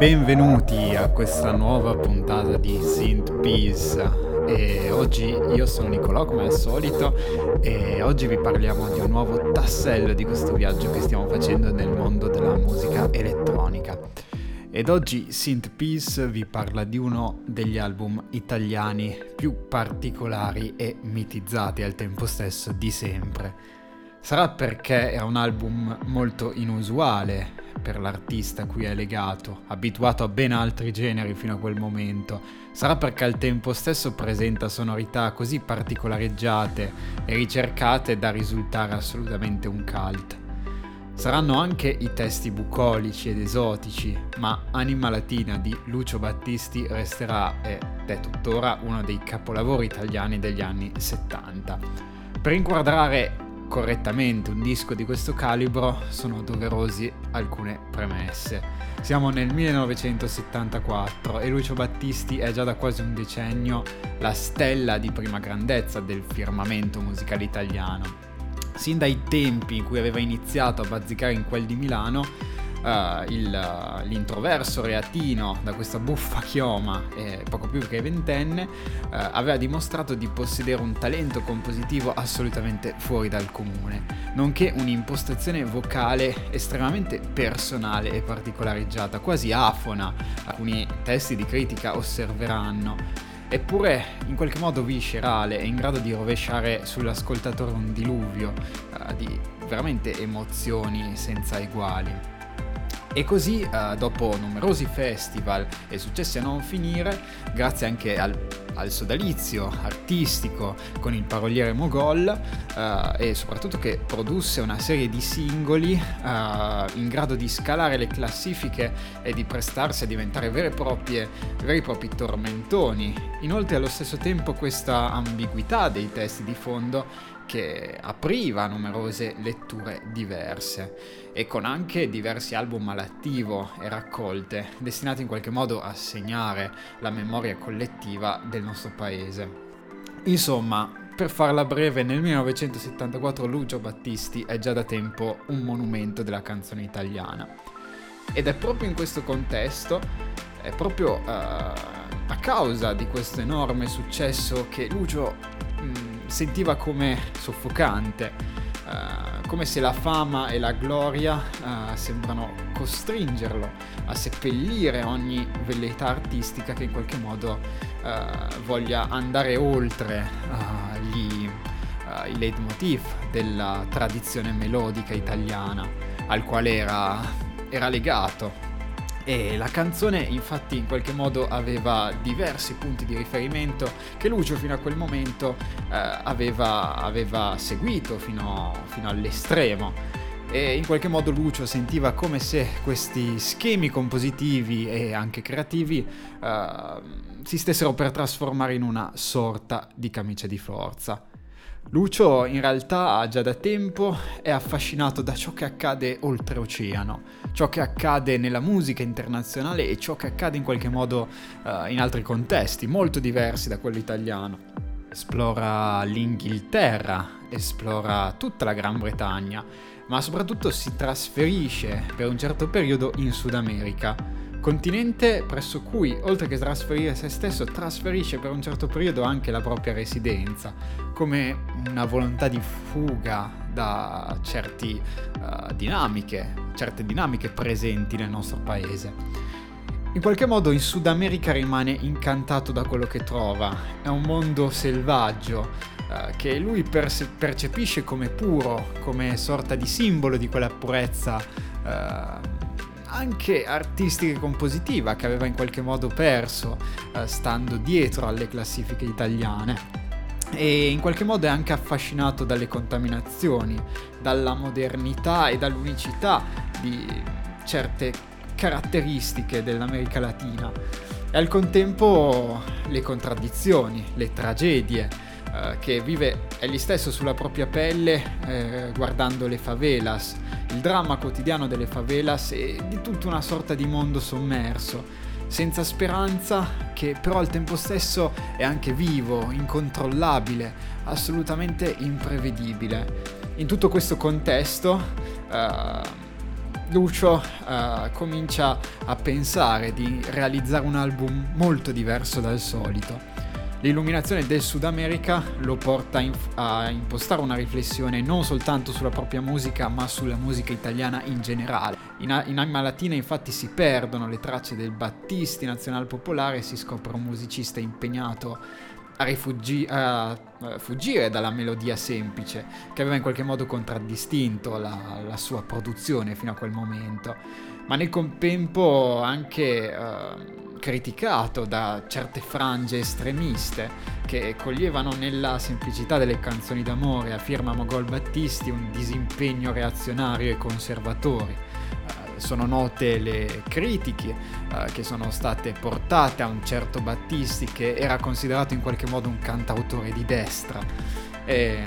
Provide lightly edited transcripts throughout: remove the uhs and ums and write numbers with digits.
Benvenuti a questa nuova puntata di Synth Peace. E oggi io sono Nicolò come al solito e oggi vi parliamo di un nuovo tassello di questo viaggio che stiamo facendo nel mondo della musica elettronica. Ed oggi Synth Peace vi parla di uno degli album italiani più particolari e mitizzati al tempo stesso di sempre. Sarà perché è un album molto inusuale per l'artista a cui è legato, abituato a ben altri generi fino a quel momento. Sarà perché al tempo stesso presenta sonorità così particolareggiate e ricercate da risultare assolutamente un cult. Saranno anche i testi bucolici ed esotici, ma Anima Latina di Lucio Battisti resterà ed è tuttora uno dei capolavori italiani degli anni 70. Per inquadrare correttamente un disco di questo calibro sono doverosi alcune premesse. Siamo nel 1974 e Lucio Battisti è già da quasi un decennio la stella di prima grandezza del firmamento musicale italiano. Sin dai tempi in cui aveva iniziato a bazzicare in quel di Milano, l'introverso reatino da questa buffa chioma, poco più che ventenne, aveva dimostrato di possedere un talento compositivo assolutamente fuori dal comune, nonché un'impostazione vocale estremamente personale e particolareggiata, quasi afona. Alcuni testi di critica osserveranno, eppure in qualche modo viscerale e in grado di rovesciare sull'ascoltatore un diluvio di veramente emozioni senza eguali. E così, dopo numerosi festival e successi a non finire, grazie anche al sodalizio artistico con il paroliere Mogol, e soprattutto che produsse una serie di singoli in grado di scalare le classifiche e di prestarsi a diventare veri e propri tormentoni. Inoltre, allo stesso tempo, questa ambiguità dei testi di fondo che apriva numerose letture diverse e con anche diversi album all'attivo e raccolte destinati in qualche modo a segnare la memoria collettiva del nostro paese. Insomma, per farla breve, nel 1974 Lucio Battisti è già da tempo un monumento della canzone italiana ed è proprio in questo contesto, è proprio a causa di questo enorme successo che Lucio sentiva come soffocante, come se la fama e la gloria sembrano costringerlo a seppellire ogni velleità artistica che in qualche modo voglia andare oltre i leitmotiv della tradizione melodica italiana al quale era legato. E la canzone infatti in qualche modo aveva diversi punti di riferimento che Lucio fino a quel momento aveva seguito fino all'estremo, e in qualche modo Lucio sentiva come se questi schemi compositivi e anche creativi si stessero per trasformare in una sorta di camicia di forza. Lucio in realtà già da tempo è affascinato da ciò che accade oltreoceano, ciò che accade nella musica internazionale e ciò che accade in qualche modo in altri contesti molto diversi da quello italiano. Esplora l'Inghilterra, esplora tutta la Gran Bretagna, ma soprattutto si trasferisce per un certo periodo in Sud America, continente presso cui, oltre che trasferire se stesso, trasferisce per un certo periodo anche la propria residenza, come una volontà di fuga da certe dinamiche presenti nel nostro paese. In qualche modo in Sud America rimane incantato da quello che trova, è un mondo selvaggio che lui percepisce come puro, come sorta di simbolo di quella purezza anche artistica e compositiva che aveva in qualche modo perso stando dietro alle classifiche italiane, e in qualche modo è anche affascinato dalle contaminazioni, dalla modernità e dall'unicità di certe caratteristiche dell'America Latina e al contempo le contraddizioni, le tragedie che vive egli stesso sulla propria pelle guardando le favelas, il dramma quotidiano delle favelas e di tutta una sorta di mondo sommerso, senza speranza, che però al tempo stesso è anche vivo, incontrollabile, assolutamente imprevedibile. In tutto questo contesto Lucio comincia a pensare di realizzare un album molto diverso dal solito. L'illuminazione del Sud America lo porta a impostare una riflessione non soltanto sulla propria musica, ma sulla musica italiana in generale. In Anima Latina infatti si perdono le tracce del Battisti nazional popolare e si scopre un musicista impegnato a fuggire dalla melodia semplice che aveva in qualche modo contraddistinto la sua produzione fino a quel momento, ma nel contempo anche criticato da certe frange estremiste che coglievano nella semplicità delle canzoni d'amore a firma Mogol Battisti un disimpegno reazionario e conservatore. Sono note le critiche che sono state portate a un certo Battisti che era considerato in qualche modo un cantautore di destra che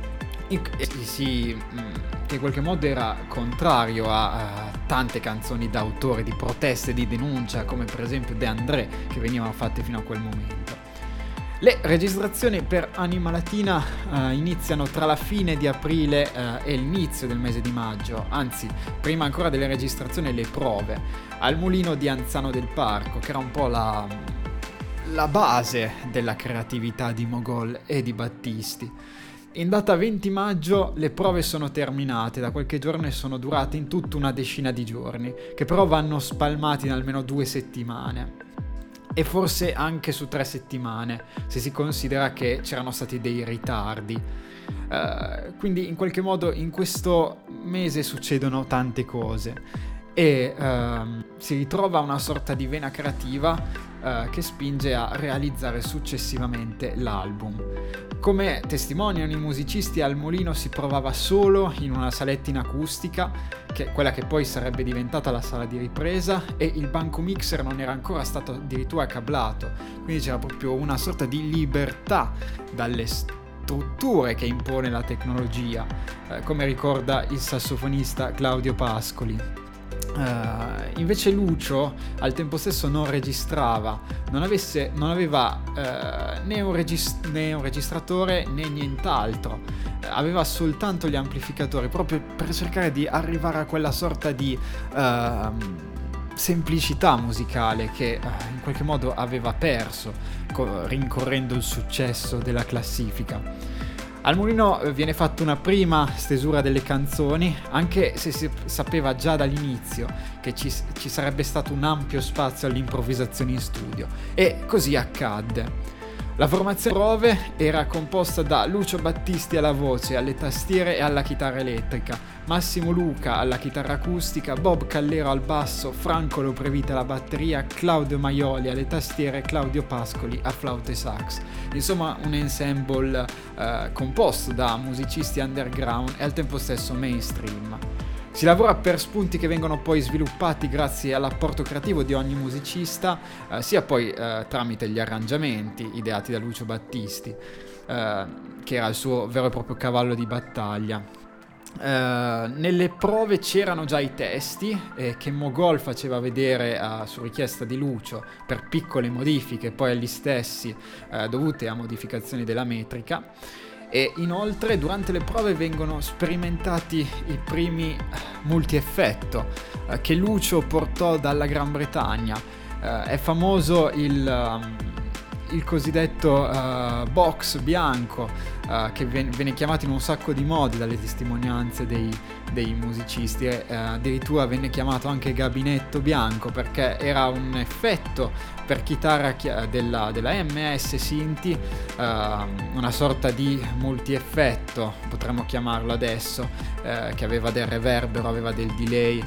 in qualche modo era contrario a tante canzoni d'autore di protesta e di denuncia, come per esempio De André, che venivano fatte fino a quel momento. Le registrazioni per Anima Latina iniziano tra la fine di aprile e l'inizio del mese di maggio, anzi, prima ancora delle registrazioni, le prove, al mulino di Anzano del Parco, che era un po' la base della creatività di Mogol e di Battisti. In data 20 maggio le prove sono terminate, da qualche giorno e sono durate in tutto una decina di giorni, che però vanno spalmati in almeno 2 settimane. E forse anche su 3 settimane, se si considera che c'erano stati dei ritardi. Quindi in qualche modo in questo mese succedono tante cose e si ritrova una sorta di vena creativa che spinge a realizzare successivamente l'album. Come testimoniano i musicisti, al mulino si provava solo in una saletta in acustica, quella che poi sarebbe diventata la sala di ripresa, e il banco mixer non era ancora stato addirittura cablato, quindi c'era proprio una sorta di libertà dalle strutture che impone la tecnologia, come ricorda il sassofonista Claudio Pascoli. Invece Lucio al tempo stesso non registrava, non aveva né un registratore né nient'altro, aveva soltanto gli amplificatori, proprio per cercare di arrivare a quella sorta di semplicità musicale che in qualche modo aveva perso rincorrendo il successo della classifica. Al mulino viene fatta una prima stesura delle canzoni, anche se si sapeva già dall'inizio che ci sarebbe stato un ampio spazio all'improvvisazione in studio, e così accadde. La formazione prove era composta da Lucio Battisti alla voce, alle tastiere e alla chitarra elettrica, Massimo Luca alla chitarra acustica, Bob Callero al basso, Franco Loprevita alla batteria, Claudio Maioli alle tastiere, Claudio Pascoli a flauto e sax. Insomma, un ensemble composto da musicisti underground e al tempo stesso mainstream. Si lavora per spunti che vengono poi sviluppati grazie all'apporto creativo di ogni musicista, sia poi tramite gli arrangiamenti ideati da Lucio Battisti, che era il suo vero e proprio cavallo di battaglia. Nelle prove c'erano già i testi che Mogol faceva vedere su richiesta di Lucio per piccole modifiche poi agli stessi dovute a modificazioni della metrica. E inoltre durante le prove vengono sperimentati i primi multi-effetto che Lucio portò dalla Gran Bretagna. È famoso il cosiddetto box bianco, che viene chiamato in un sacco di modi dalle testimonianze dei musicisti, addirittura venne chiamato anche gabinetto bianco perché era un effetto per chitarra della MS Sinti, una sorta di multi-effetto potremmo chiamarlo adesso, che aveva del reverbero, aveva del delay,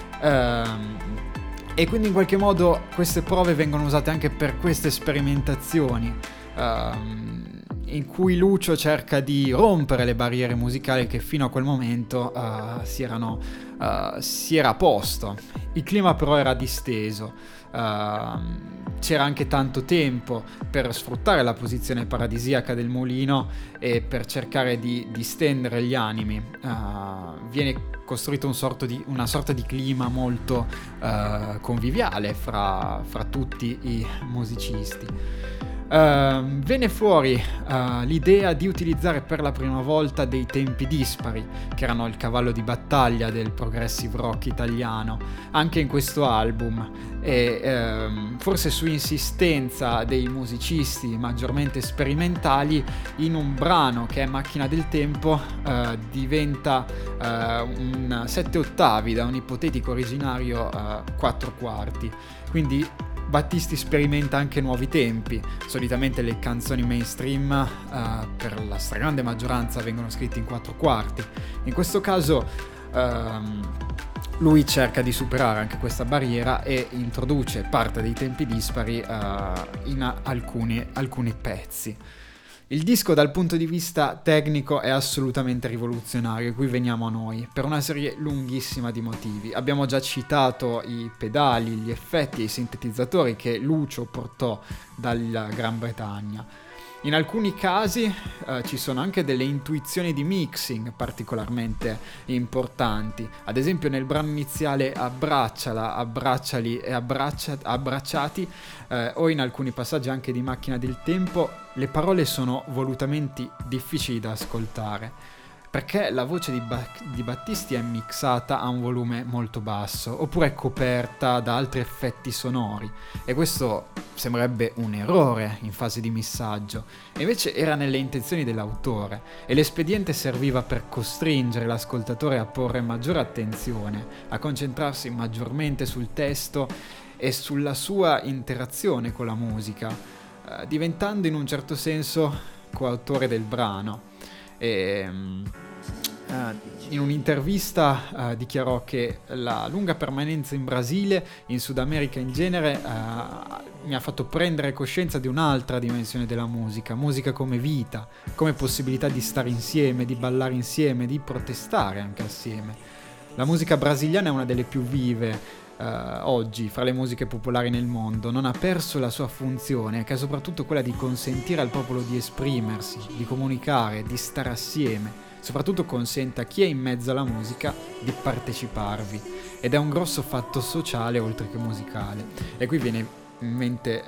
e quindi in qualche modo queste prove vengono usate anche per queste sperimentazioni, in cui Lucio cerca di rompere le barriere musicali che fino a quel momento si era posto. Il clima però era disteso, c'era anche tanto tempo per sfruttare la posizione paradisiaca del mulino e per cercare di distendere gli animi. Viene costruito una sorta di clima molto conviviale fra tutti i musicisti. Venne fuori l'idea di utilizzare per la prima volta dei tempi dispari, che erano il cavallo di battaglia del progressive rock italiano, anche in questo album, e forse su insistenza dei musicisti maggiormente sperimentali, in un brano che è Macchina del Tempo diventa un 7 ottavi da un ipotetico originario 4 quarti, quindi Battisti sperimenta anche nuovi tempi. Solitamente le canzoni mainstream per la stragrande maggioranza vengono scritte in 4 quarti. In questo caso lui cerca di superare anche questa barriera e introduce parte dei tempi dispari in alcuni pezzi. Il disco dal punto di vista tecnico è assolutamente rivoluzionario, e qui veniamo a noi, per una serie lunghissima di motivi. Abbiamo già citato i pedali, gli effetti e i sintetizzatori che Lucio portò dalla Gran Bretagna. In alcuni casi ci sono anche delle intuizioni di mixing particolarmente importanti. Ad esempio nel brano iniziale Abbracciala, Abbracciali e Abbracciati, o in alcuni passaggi anche di Macchina del Tempo, le parole sono volutamente difficili da ascoltare, perché la voce di Battisti è mixata a un volume molto basso, oppure è coperta da altri effetti sonori, e questo sembrerebbe un errore in fase di missaggio, e invece era nelle intenzioni dell'autore, e l'espediente serviva per costringere l'ascoltatore a porre maggiore attenzione, a concentrarsi maggiormente sul testo e sulla sua interazione con la musica, diventando in un certo senso coautore del brano. In un'intervista dichiarò che la lunga permanenza in Brasile, in Sud America in genere, mi ha fatto prendere coscienza di un'altra dimensione della musica come vita, come possibilità di stare insieme, di ballare insieme, di protestare anche assieme. La musica brasiliana è una delle più vive oggi fra le musiche popolari nel mondo, non ha perso la sua funzione, che è soprattutto quella di consentire al popolo di esprimersi, di comunicare, di stare assieme. Soprattutto consente a chi è in mezzo alla musica di parteciparvi, ed è un grosso fatto sociale oltre che musicale. E qui viene in mente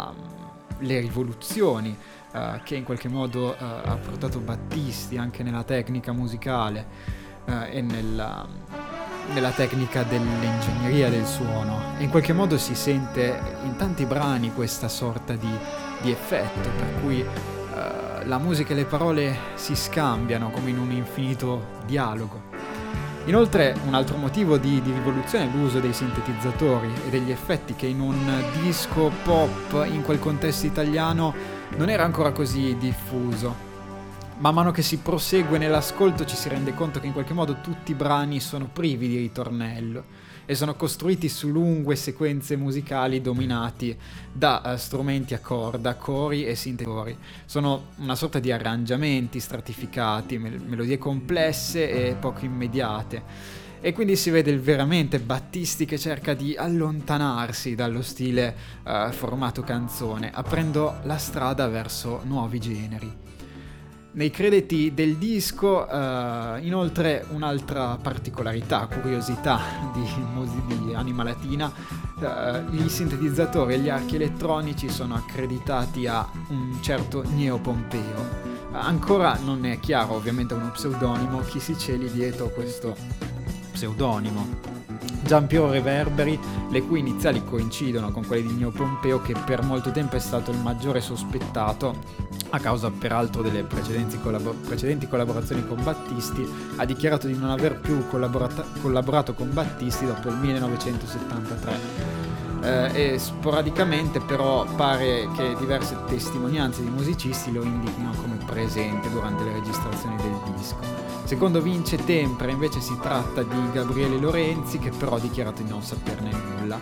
le rivoluzioni che in qualche modo ha portato Battisti anche nella tecnica musicale e nella tecnica dell'ingegneria del suono, e in qualche modo si sente in tanti brani questa sorta di effetto per cui la musica e le parole si scambiano come in un infinito dialogo. Inoltre un altro motivo di rivoluzione è l'uso dei sintetizzatori e degli effetti, che in un disco pop in quel contesto italiano non era ancora così diffuso. Man mano che si prosegue nell'ascolto ci si rende conto che in qualche modo tutti i brani sono privi di ritornello e sono costruiti su lunghe sequenze musicali dominati da strumenti a corda, cori e sintetizzatori. Sono una sorta di arrangiamenti stratificati, melodie complesse e poco immediate. E quindi si vede veramente Battisti che cerca di allontanarsi dallo stile formato canzone, aprendo la strada verso nuovi generi. Nei crediti del disco, inoltre, un'altra particolarità, curiosità di Anima Latina, i sintetizzatori e gli archi elettronici sono accreditati a un certo Gneo Pompeo. Ancora non è chiaro, ovviamente uno pseudonimo, chi si celi dietro questo pseudonimo. Giampiero Reverberi, le cui iniziali coincidono con quelle di Gneo Pompeo, che per molto tempo è stato il maggiore sospettato, a causa peraltro delle precedenti collaborazioni con Battisti, ha dichiarato di non aver più collaborato con Battisti dopo il 1973. E sporadicamente però pare che diverse testimonianze di musicisti lo indichino come presente durante le registrazioni del disco. Secondo Vince Tempra invece si tratta di Gabriele Lorenzi, che però ha dichiarato di non saperne nulla.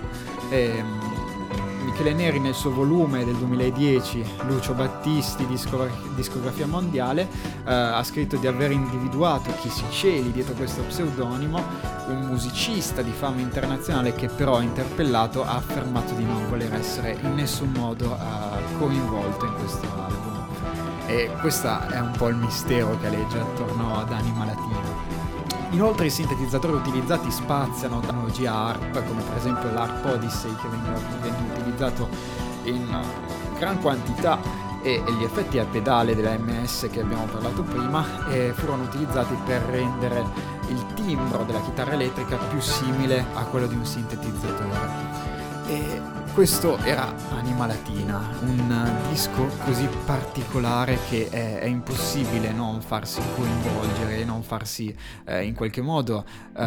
Michele Neri nel suo volume del 2010, Lucio Battisti, discografia mondiale, ha scritto di aver individuato chi si celi dietro questo pseudonimo, un musicista di fama internazionale che però, interpellato, ha affermato di non voler essere in nessun modo coinvolto in questo album. E questo è un po' il mistero che aleggia attorno ad Anima Latina. Inoltre i sintetizzatori utilizzati spaziano da tecnologia ARP, come per esempio l'ARP Odyssey, che venne utilizzato in gran quantità e gli effetti a pedale della MS che abbiamo parlato prima furono utilizzati per rendere il timbro della chitarra elettrica più simile a quello di un sintetizzatore. E questo era Anima Latina, un disco così particolare che è impossibile non farsi coinvolgere, non farsi in qualche modo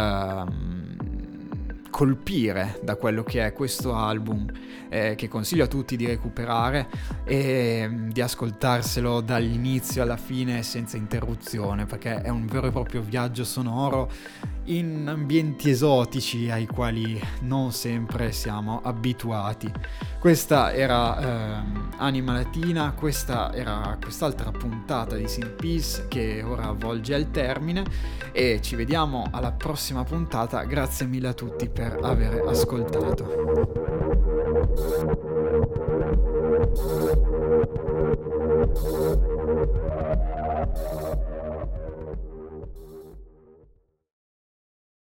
colpire da quello che è questo album, che consiglio a tutti di recuperare e di ascoltarselo dall'inizio alla fine senza interruzione, perché è un vero e proprio viaggio sonoro in ambienti esotici ai quali non sempre siamo abituati. Questa era Anima Latina, questa era quest'altra puntata di Synth Peace che ora volge al termine e ci vediamo alla prossima puntata. Grazie mille a tutti per aver ascoltato.